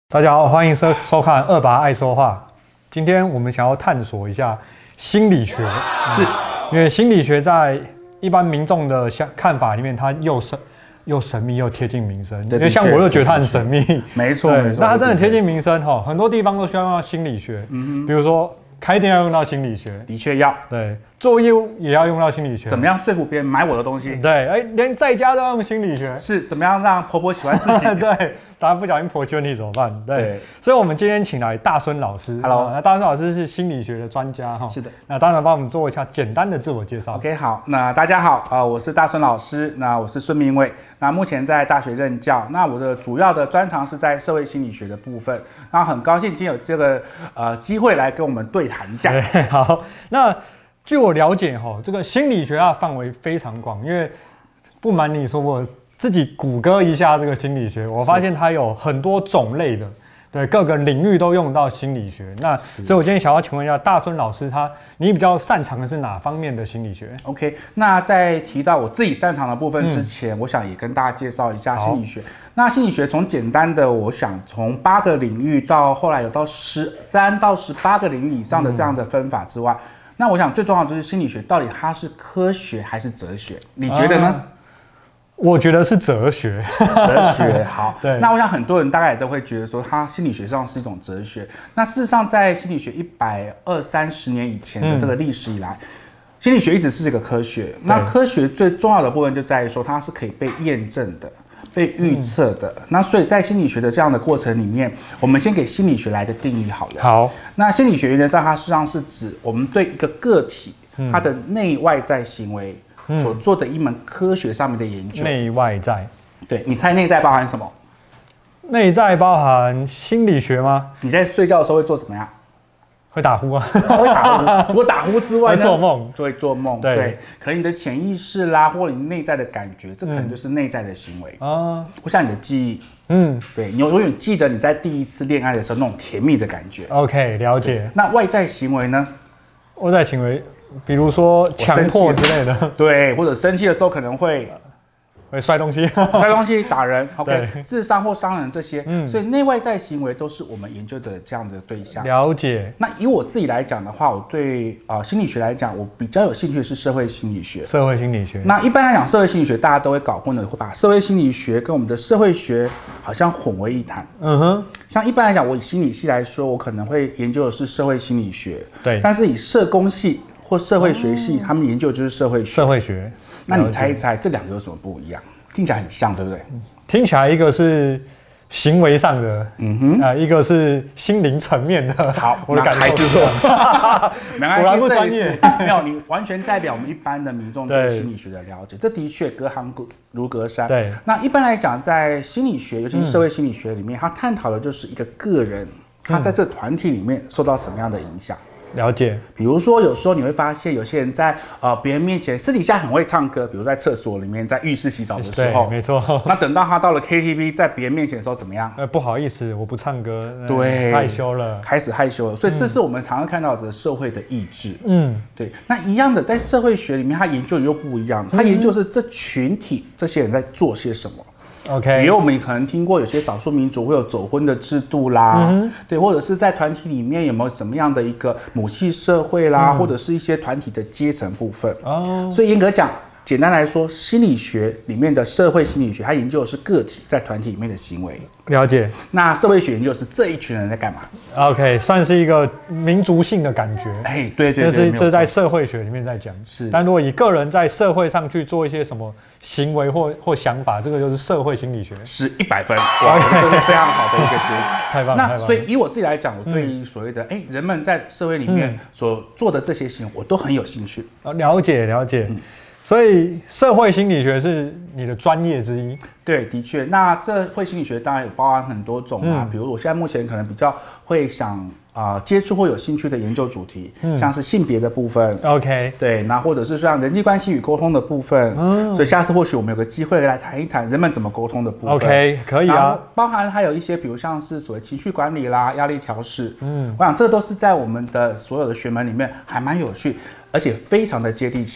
大家好，欢迎收看二爸爱说话。今天我们想要探索一下心理学，是因为心理学在一般民众的看法里面，它又神秘又贴近民生。因为像我就觉得它很神秘， 没错，没错。 那它真的贴近民生哈，很多地方都需要用到心理学，比如说开店要用到心理学， 的确要。 对，做业务也要用到心理学。 怎么样说服别人买我的东西？ 对，连在家都要用心理学。 是怎么样让婆婆喜欢自己？ 对。大家不小心婆媳问题怎么办？对，所以我们今天请来大孙老师。 Hello， 那大孙老师是心理学的专家哈。 是的。 那当然帮我们做一下简单的自我介绍。 OK， 好，那大家好，我是大孙老师，那我是孙明伟，那目前在大学任教，那我的主要的专长是在社会心理学的部分。那很高兴今天有这个机会来跟我们对谈一下。 对，好，那据我了解哈，这个心理学它的范围非常广，因为不瞒你说我自己谷歌一下这个心理学，我发现它有很多种类的，对，各个领域都用到心理学。那所以我今天想要请问一下大孙老师，你比较擅长的是哪方面的心理学 ？OK， 那在提到我自己擅长的部分之前，我想也跟大家介绍一下心理学。那心理学从简单的，我想从8个领域到后来有到13到18个领域以上的这样的分法之外，那我想最重要的就是心理学到底它是科学还是哲学？你觉得呢？ 我觉得是哲学。 哲学好， 对。 那我想很多人大概也都会觉得说，它心理学上是一种哲学。那事实上，在心理学120-130年以前的这个历史以来，心理学一直是这个科学。那科学最重要的部分就在于说，它是可以被验证的、被预测的。那所以在心理学的这样的过程里面，我们先给心理学来个定义好了。 好。 那心理学原则上，它事实上是指我们对一个个体它的内外在行为所做的一门科学上面的研究。 内外在，对， 你猜内在包含什么？ 内在包含心理学吗？ 你在睡觉的时候会做怎么样？ 会打呼啊， 会打呼。除了打呼之外呢， 会做梦， 就会做梦。对，可能你的潜意识啦，或者你内在的感觉，这可能就是内在的行为啊。或像你的记忆，对，你永远记得你在第一次恋爱的时候那种甜蜜的感觉。 OK， 了解。 那外在行为呢？ 外在行为。比如说强迫之类的， 对，或者生气的时候可能会摔东西、 摔东西、打人 ，OK， 自伤或伤人这些，所以内外在行为都是我们研究的这样的对象。 了解。 那以我自己来讲的话，我对心理学来讲，我比较有兴趣的是社会心理学。 社会心理学。 那一般来讲，社会心理学大家都会搞混的，会把社会心理学跟我们的社会学好像混为一谈。像一般来讲，我以心理系来说，我可能会研究的是社会心理学， 对。 但是以社工系或社会学系，他们研究的就是社会学。 社会学， 那你猜一猜，这两个有什么不一样？听起来很像，对不对？ 听起来一个是行为上的，一个是心灵层面的。 好， 我的感受还是错， 果然不专业。 没有，你完全代表我们一般的民众对心理学的了解，这的确隔行如隔山。 对。 那一般来讲，在心理学，尤其是社会心理学里面，它探讨的就是一个个人，他在这团体里面受到什么样的影响。 了解。 比如说，有时候你会发现，有些人在别人面前私底下很会唱歌，比如在厕所里面，在浴室洗澡的时候， 没错。 那等到他到了 KTV， 在别人面前的时候怎么样？ 不好意思，我不唱歌， 对， 害羞了， 开始害羞了。所以这是我们常常看到的社会的意志。对。那一样的，在社会学里面，他研究的又不一样，他研究的是这群体这些人在做些什么。 OK， 比如我们可能听过有些少数民族会有走婚的制度啦，对，或者是在团体里面有没有什么样的一个母系社会啦，或者是一些团体的阶层部分。所以严格讲，简单来说，心理学里面的社会心理学，它研究的是个体在团体里面的行为。 了解。 那社会学研究的是这一群人在干嘛 ？OK， 算是一个民族性的感觉。 对，这是在社会学里面在讲。 是。 但如果以个人在社会上去做一些什么行为或想法，这个就是社会心理学。 是100分，哇，这是非常好的一个结论。 太棒了。 那所以以我自己来讲，我对于所谓的人们在社会里面所做的这些行为，我都很有兴趣。 了解。所以社会心理学是你的专业之一。 对，的确。那社会心理学当然有包含很多种啊，比如我现在目前可能比较会想接触或有兴趣的研究主题，像是性别的部分。 OK， 对，那或者是像人际关系与沟通的部分。所以下次或许我们有个机会来谈一谈人们怎么沟通的部分。 OK， 可以啊。 包含还有一些，比如像是所谓情绪管理啦、压力调试。我想这都是在我们的所有的学门里面还蛮有趣，而且非常的接地气。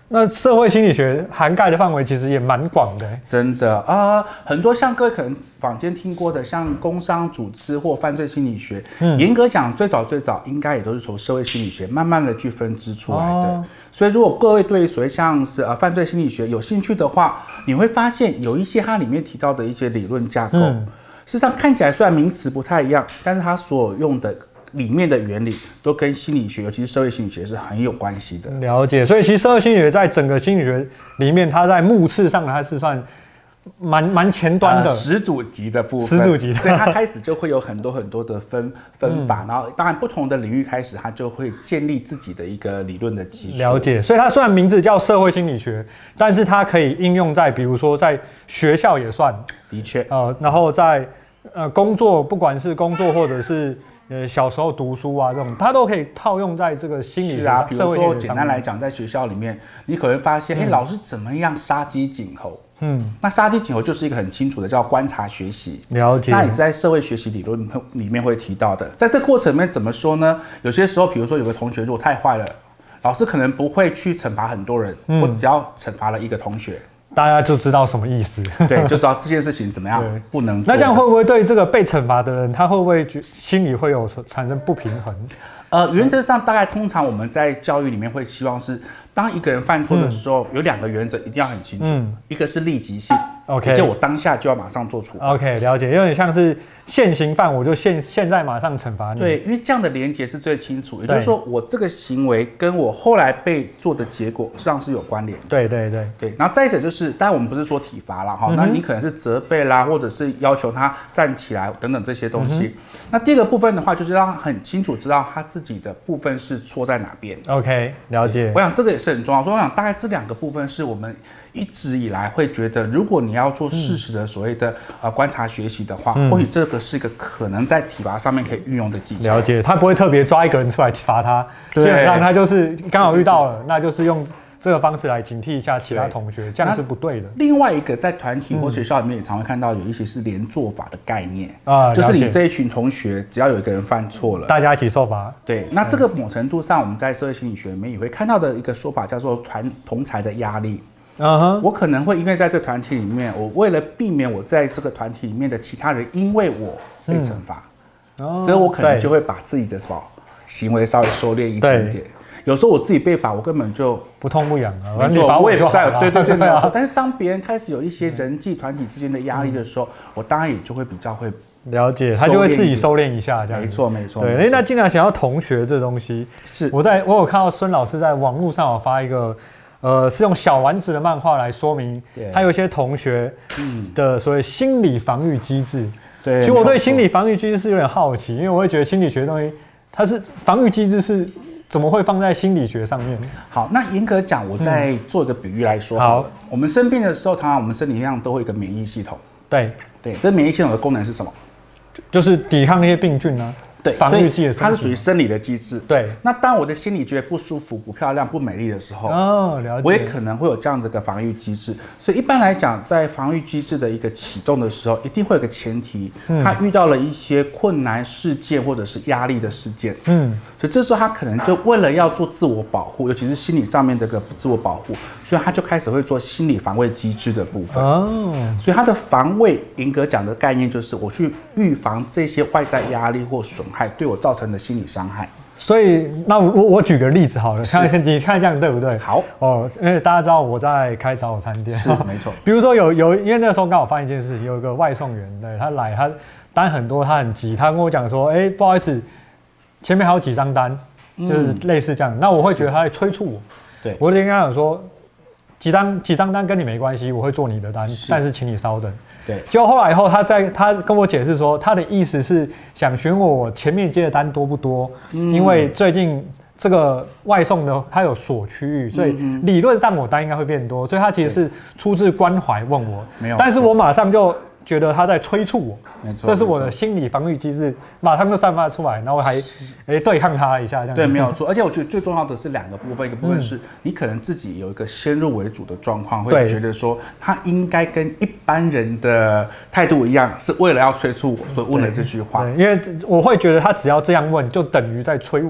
那社会心理学涵盖的范围其实也蛮广的， 真的很多像各位可能坊间听过的，像工商组织或犯罪心理学，严格讲，最早应该也都是从社会心理学慢慢的去分支出来的。所以如果各位对所谓像是犯罪心理学有兴趣的话，你会发现有一些它里面提到的一些理论架构，事实上看起来虽然名词不太一样，但是它所用的里面的原理都跟心理学，尤其是社会心理学是很有关系的。 了解，所以其实社会心理学在整个心理学里面，它在目次上它是算蛮前端的始祖级的部分，所以它开始就会有很多的分法，然后当然不同的领域开始，它就会建立自己的一个理论的基础。 了解，所以它虽然名字叫社会心理学，但是它可以应用在比如说在学校也算， 的确， 然后在工作，不管是工作或者是小时候读书啊，这种它都可以套用在这个心理学上。 比如说简单来讲，在学校里面，你可能发现，老师怎么样杀鸡儆猴？那杀鸡儆猴就是一个很清楚的叫观察学习。 了解。 那也在社会学习理论里面会提到的。在这过程里面怎么说呢？有些时候，比如说有个同学如果太坏了，老师可能不会去惩罚很多人，我只要惩罚了一个同学。 大家就知道什么意思， 对，就知道这件事情怎么样不能做。 那这样会不会对这个被惩罚的人，他会不会心里会有产生不平衡？ 原则上大概通常我们在教育里面会希望是，当一个人犯错的时候，有2个原则一定要很清楚，一个是立即性。 OK， 就我当下就要马上做处罚。 OK， 了解，有点像是现行犯，我就现在马上惩罚你。 对，因为这样的连结是最清楚，也就是说，我这个行为跟我后来被做的结果实际上是有关联的。 对。 然后再者就是，当然我们不是说体罚啦，那你可能是责备啦，或者是要求他站起来等等这些东西。那第2个部分的话，就是让他很清楚知道他自己的部分是错在哪边。 OK， 了解。 我想这个也是很重要，所以我想大概这2个部分是我们一直以来会觉得，如果你要做适时的所谓的观察学习的话，或许这个是一个可能在体罚上面可以运用的技巧。 了解，他不会特别抓一个人出来罚他，基本上他就是刚好遇到了，那就是用这个方式来警惕一下其他同学，这样是不对的。 另外一个在团体或学校里面也常会看到有一些是连坐法的概念就是你这一群同学只要有一个人犯错了， 大家一起受罚。 对，那这个某程度上我们在社会心理学里面也会看到的一个说法叫做同侪的压力。我可能会因为在这个团体里面，我为了避免我在这个团体里面的其他人因为我被惩罚，所以我可能就会把自己的行为稍微收敛一点点。有时候我自己被罚，我根本就不痛不痒啊， 你罚我也不在，对，没有错。 啊。 但是当别人开始有一些人际团体之间的压力的时候，我当然也就会比较会了解，他就会自己收敛一下，这样。 没错。 对，那既然想要同学这东西， 是我有看到孙老师在网络上有发一个。是用小丸子的漫画来说明，他有一些同学的所谓心理防御机制。 对， 其实我对心理防御机制是有点好奇，因为我会觉得心理学的东西，它是防御机制是怎么会放在心理学上面？ 好，那严格讲，我再做一个比喻来说好了。我们生病的时候，常常我们身体上都会有一个免疫系统。 对， 这免疫系统的功能是什么？ 就是抵抗那些病菌啊。对，防御剂的， 它是属于生理的机制。 对， 那当我的心里觉得不舒服、不漂亮、不美丽的时候， 了解， 我也可能会有这样子的防御机制。所以一般来讲，在防御机制的一个启动的时候，一定会有个前提，他遇到了一些困难事件或者是压力的事件。所以这时候他可能就为了要做自我保护，尤其是心理上面这个自我保护，所以他就开始会做心理防卫机制的部分。所以他的防卫，严格讲的概念就是我去预防这些外在压力或损害对我造成的心理伤害。 所以，那我举个例子好了，你看这样对不对？ 好因为大家知道我在开早餐店， 是没错。 比如说因为那时候刚好发生一件事情，有一个外送员，对他来，他单很多，他很急，他跟我讲说，不好意思，前面还有几张单，就是类似这样。那我会觉得他在催促我， 对， 我就跟他讲说，几张单跟你没关系，我会做你的单，但是请你稍等。 对， 结果后来以后，他跟我解释说，他的意思是想询问我前面接的单多不多，因为最近这个外送的他有锁区域，所以理论上我单应该会变多，所以他其实是出自关怀问我， 没有， 但是我马上就觉得他在催促我， 没错， 这是我的心理防御机制，马上就散发出来，然后我还对抗他一下，这样对，没有错。而且我觉得最重要的是2个部分，一个部分是你可能自己有一个先入为主的状况，会觉得说他应该跟一般人的态度一样，是为了要催促我，所以问了这句话。 因为我会觉得他只要这样问，就等于在催我。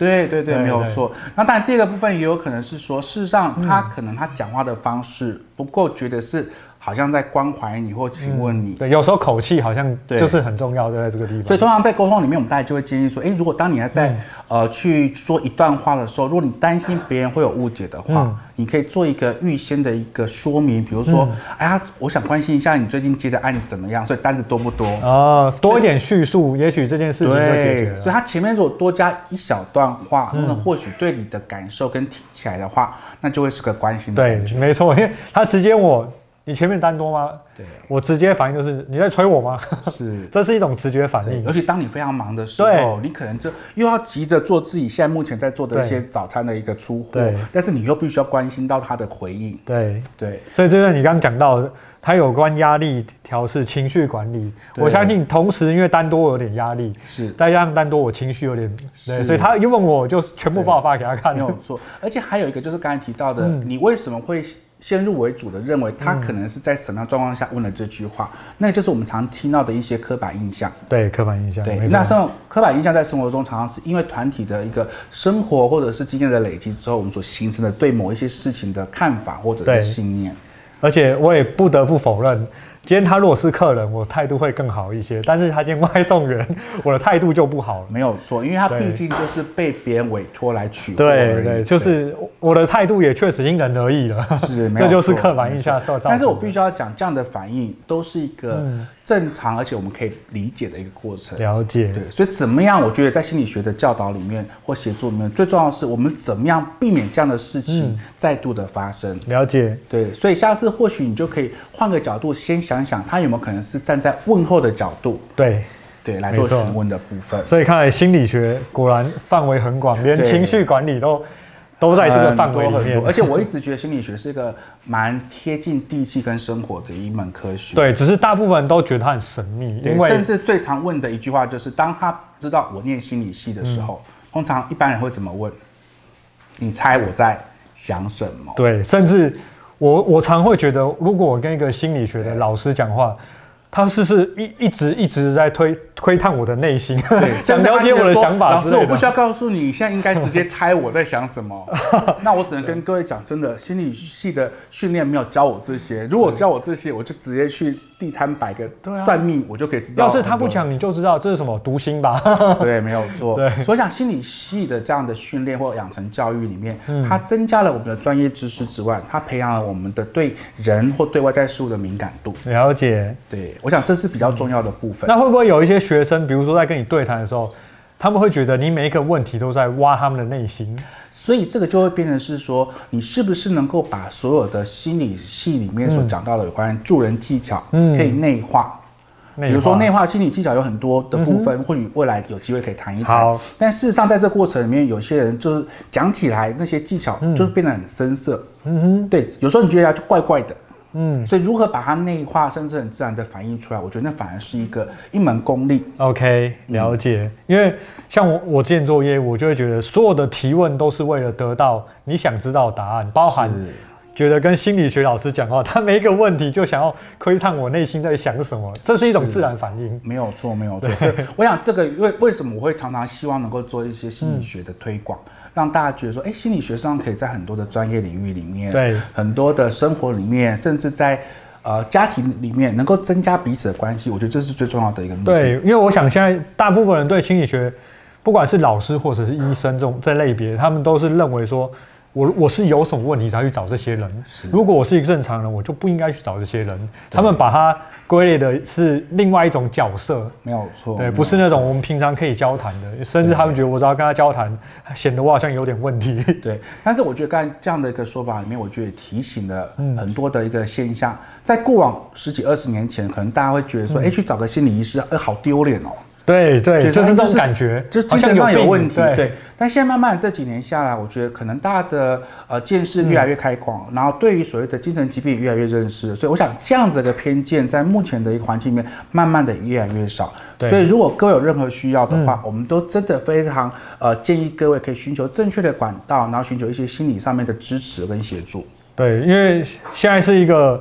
对对对，没有错。那当然，第二个部分也有可能是说，事实上他可能他讲话的方式不够，觉得是好像在关怀你或询问你。 对，有时候口气好像就是很重要，就在这个地方。 所以通常在沟通里面，我们大家就会建议说，如果当你在去说一段话的时候，如果你担心别人会有误解的话，你可以做一个预先的一个说明，比如说，哎呀，我想关心一下你最近接的案子怎么样，所以单子多不多？ 多一点叙述，也许这件事情就解决了。 所以他前面如果多加一小段话，那或许对你的感受跟听起来的话，那就会是个关心的感觉。 对，没错，因为他直接你前面单多吗？对，我直接反应就是你在催我吗？是，这是一种直觉反应。 尤其当你非常忙的时候，你可能就又要急着做自己现在目前在做的一些早餐的一个出货，但是你又必须要关心到他的回应。对， 所以这个你刚刚讲到，它有关压力调试、情绪管理。我相信同时因为单多我有点压力，是再加上单多我情绪有点，对，所以他一问我就全部爆发给他看。 没有错，而且还有一个就是刚才提到的，你为什么会先入为主的认为他可能是在什么样状况下问了这句话，那就是我们常听到的一些刻板印象。 对，刻板印象。 对，那这种刻板印象在生活中常常是因为团体的一个生活或者是经验的累积之后，我们所形成的对某一些事情的看法或者是信念。 而且我也不得不否认，今天他如果是客人，我态度会更好一些。但是他今天外送员，我的态度就不好了。 没有错，因为他毕竟就是被别人委托来取货。 对，就是我的态度也确实因人而异了。是，这就是刻板印象受造成的。 但是我必须要讲，这样的反应都是一个正常，而且我们可以理解的一个过程。 了解。 对，所以怎么样？我觉得在心理学的教导里面或协助里面，最重要的是我们怎么样避免这样的事情再度的发生。 了解。 对，所以下次或许你就可以换个角度，先想想他有没有可能是站在问候的角度。对，来做询问的部分。 所以看来心理学果然范围很广，连情绪管理都在这个范围里面。 而且我一直觉得心理学是一个蛮贴近地气跟生活的一门科学。 对，只是大部分人都觉得它很神秘，因为甚至最常问的一句话就是，当他知道我念心理系的时候，通常一般人会怎么问？你猜我在想什么？ 对，甚至我常会觉得，如果我跟一个心理学的老师讲话，他一直在窥探我的内心，想了解我的想法之类的。 老师，我不需要告诉你，现在应该直接猜我在想什么。那我只能跟各位讲，真的，心理系的训练没有教我这些。如果教我这些，我就直接去地摊摆个算命，我就可以知道。 要是他不讲，你就知道这是什么读心吧？ 对，没有错。对，所以讲心理系的这样的训练或养成教育里面，它增加了我们的专业知识之外，它培养了我们的对人或对外在事物的敏感度。 了解。 对，我想这是比较重要的部分。 那会不会有一些学生，比如说在跟你对谈的时候，他们会觉得你每一个问题都在挖他们的内心？ 所以这个就会变成是说，你是不是能够把所有的心理系里面所讲到的有关助人技巧，可以内化。比如说内化心理技巧有很多的部分，或许未来有机会可以谈一谈。但事实上在这过程里面，有些人就是讲起来那些技巧就变得很生涩。对，有时候你觉得它就怪怪的。所以如何把它内化，甚至很自然的反映出来，我觉得那反而是一门功力。 OK， 了解。因为像我之前做业务，我就会觉得所有的提问都是为了得到你想知道的答案，包含觉得跟心理学老师讲话，他每一个问题就想要窥探我内心在想什么，这是一种自然反应。 没有错，没有错。所以我想这个为什么我会常常希望能够做一些心理学的推广，让大家觉得说，心理学上可以在很多的专业领域里面，对很多的生活里面，甚至在家庭里面能够增加彼此的关系，我觉得这是最重要的一个目的。 对，因为我想现在大部分人对心理学，不管是老师或者是医生这类别，他们都是认为说，我是有什么问题才去找这些人。如果我是一个正常人，我就不应该去找这些人。他们把它归类的是另外一种角色， 没有错。对， 不是那种我们平常可以交谈的，甚至他们觉得我只要跟他交谈，显得我好像有点问题。 对，但是我觉得刚才这样的一个说法里面，我觉得也提醒了很多的一个现象。在过往10几20年前，可能大家会觉得说，去找个心理医师，好丢脸哦。对，就是这种感觉，就精神上有问题。对，但现在慢慢这几年下来，我觉得可能大家的见识越来越开广，然后对于所谓的精神疾病越来越认识，所以我想这样子的偏见在目前的一个环境里面，慢慢的越来越少。所以如果各位有任何需要的话，我们都真的非常建议各位可以寻求正确的管道，然后寻求一些心理上面的支持跟协助。 对，因为现在是一个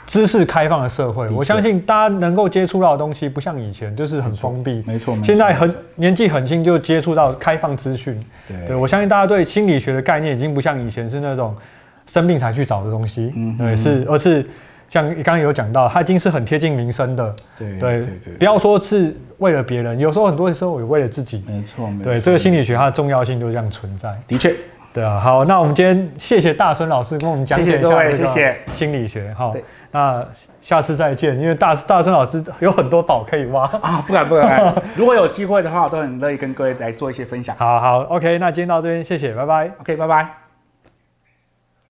知识开放的社会，我相信大家能够接触到的东西不像以前就是很封闭， 没错。 现在年纪很轻就接触到开放资讯，对，我相信大家对心理学的概念已经不像以前是那种生病才去找的东西，对，而是像刚刚有讲到，它已经是很贴近民生的，对，不要说是为了别人，有时候很多时候也为了自己， 没错， 对，这个心理学它的重要性就这样存在， 的确。 对啊，好，那我们今天谢谢大孙老师跟我们讲解一下这个心理学，好，那下次再见，因为大孙老师有很多宝可以挖啊，不敢，如果有机会的话，我都很乐意跟各位来做一些分享。 好，OK，那今天到这边，谢谢，拜拜。 OK， 拜拜。